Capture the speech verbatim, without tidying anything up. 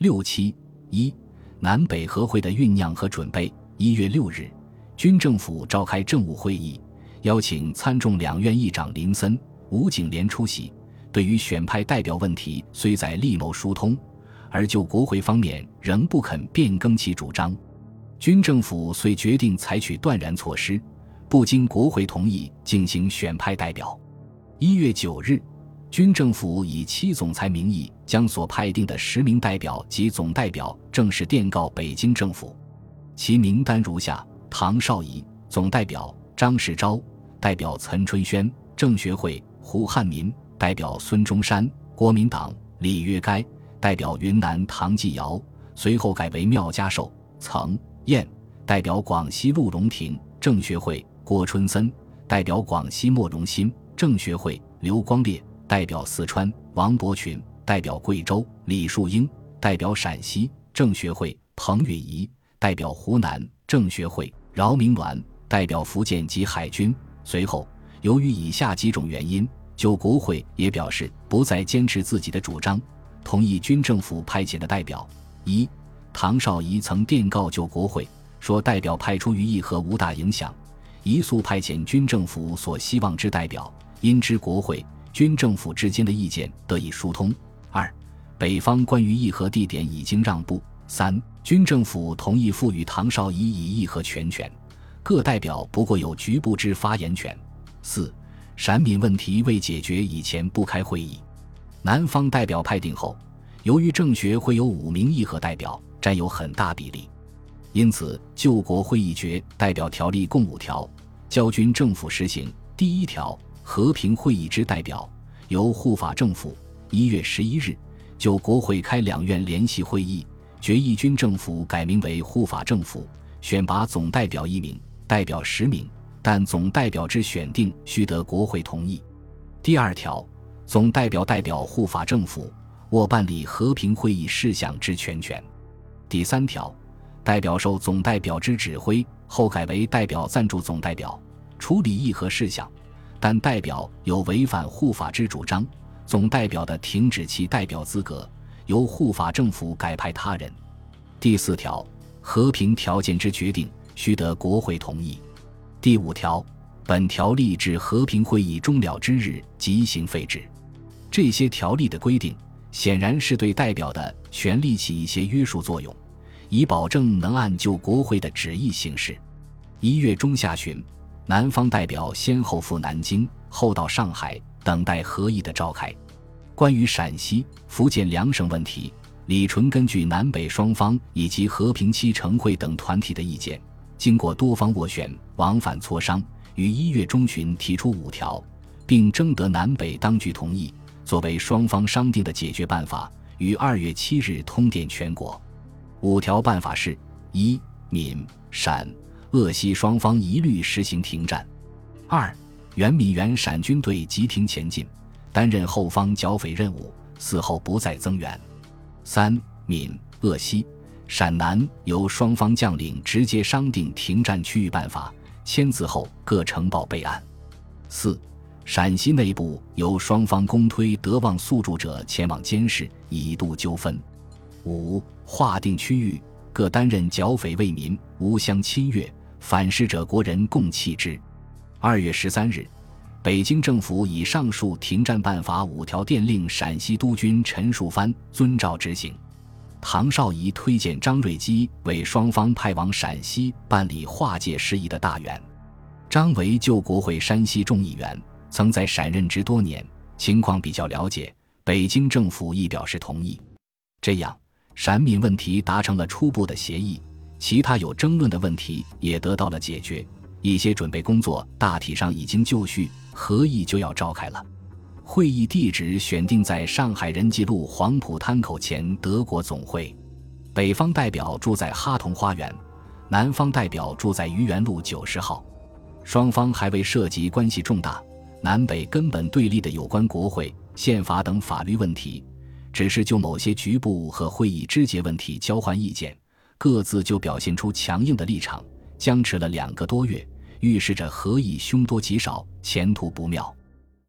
六七一南北和会的酝酿和准备。一月六日，军政府召开政务会议，邀请参众两院议长林森、吴景莲出席。对于选派代表问题，虽在力谋疏通，而就国会方面仍不肯变更其主张。军政府遂决定采取断然措施，不经国会同意进行选派代表。一月九日，军政府以七总裁名义将所派定的十名代表及总代表正式电告北京政府，其名单如下：唐绍仪，总代表；张世钊，代表岑春轩；郑学会，胡汉民，代表孙中山；国民党李约该，代表云南唐继尧，随后改为廖家寿、曾燕，代表广西陆荣廷；郑学会郭春森，代表广西莫荣新；郑学会刘光烈，代表四川；王伯群，代表贵州；李树英，代表陕西；郑学会彭允仪，代表湖南；郑学会饶明銮，代表福建及海军。随后由于以下几种原因，就国会也表示不再坚持自己的主张，同意军政府派遣的代表。一唐绍仪曾电告就国会说，代表派出于议和无大影响，宜速派遣军政府所希望之代表，因知国会军政府之间的意见得以疏通。二北方关于议和地点已经让步。三军政府同意赋予唐绍仪以议和全权，各代表不过有局部之发言权。四陕闽问题未解决以前不开会议。南方代表派定后，由于政学会有五名议和代表，占有很大比例，因此救国会议决代表条例共五条，交军政府实行。第一条，和平会议之代表由护法政府一月十一日就国会开两院联席会议，决议军政府改名为护法政府，选拔总代表一名，代表十名，但总代表之选定须得国会同意。第二条，总代表代表护法政府，握办理和平会议事项之全权。第三条，代表受总代表之指挥，后改为代表赞助总代表，处理议和事项，但代表有违反护法之主张，总代表的停止其代表资格，由护法政府改派他人。第四条，和平条件之决定须得国会同意。第五条，本条例至和平会议终了之日即行废止。这些条例的规定显然是对代表的权力起一些约束作用，以保证能按就国会的旨意行事。一月中下旬，南方代表先后赴南京，后到上海，等待和议的召开。关于陕西、福建两省问题，李纯根据南北双方以及和平期成会等团体的意见，经过多方斡旋、往返磋商，于一月中旬提出五条，并征得南北当局同意，作为双方商定的解决办法，于二月七日通电全国。五条办法是：一、闽、陕、鄂西双方一律实行停战；二、原闽原陕军队急停前进，担任后方剿匪任务，此后不再增援；三、闽、鄂西、陕南由双方将领直接商定停战区域办法，签字后各呈报备案；四、陕西内部由双方公推德望宿主者前往监视，以度纠纷；五、划定区域，各担任剿匪为民，无相侵越，反噬者国人共弃之。二月十三日，北京政府以上述停战办法五条电令陕西督军陈树藩遵照执行。唐绍仪推荐张瑞基为双方派往陕西办理划界事宜的大员。张为旧国会山西众议员，曾在陕任职多年，情况比较了解，北京政府亦表示同意。这样，陕闽问题达成了初步的协议，其他有争论的问题也得到了解决，一些准备工作大体上已经就绪，和议就要召开了。会议地址选定在上海仁济路黄浦滩口前德国总会，北方代表住在哈同花园，南方代表住在愚园路九十号。双方还未涉及关系重大、南北根本对立的有关国会、宪法等法律问题，只是就某些局部和会议枝节问题交换意见，各自就表现出强硬的立场，僵持了两个多月，预示着和议凶多吉少，前途不妙。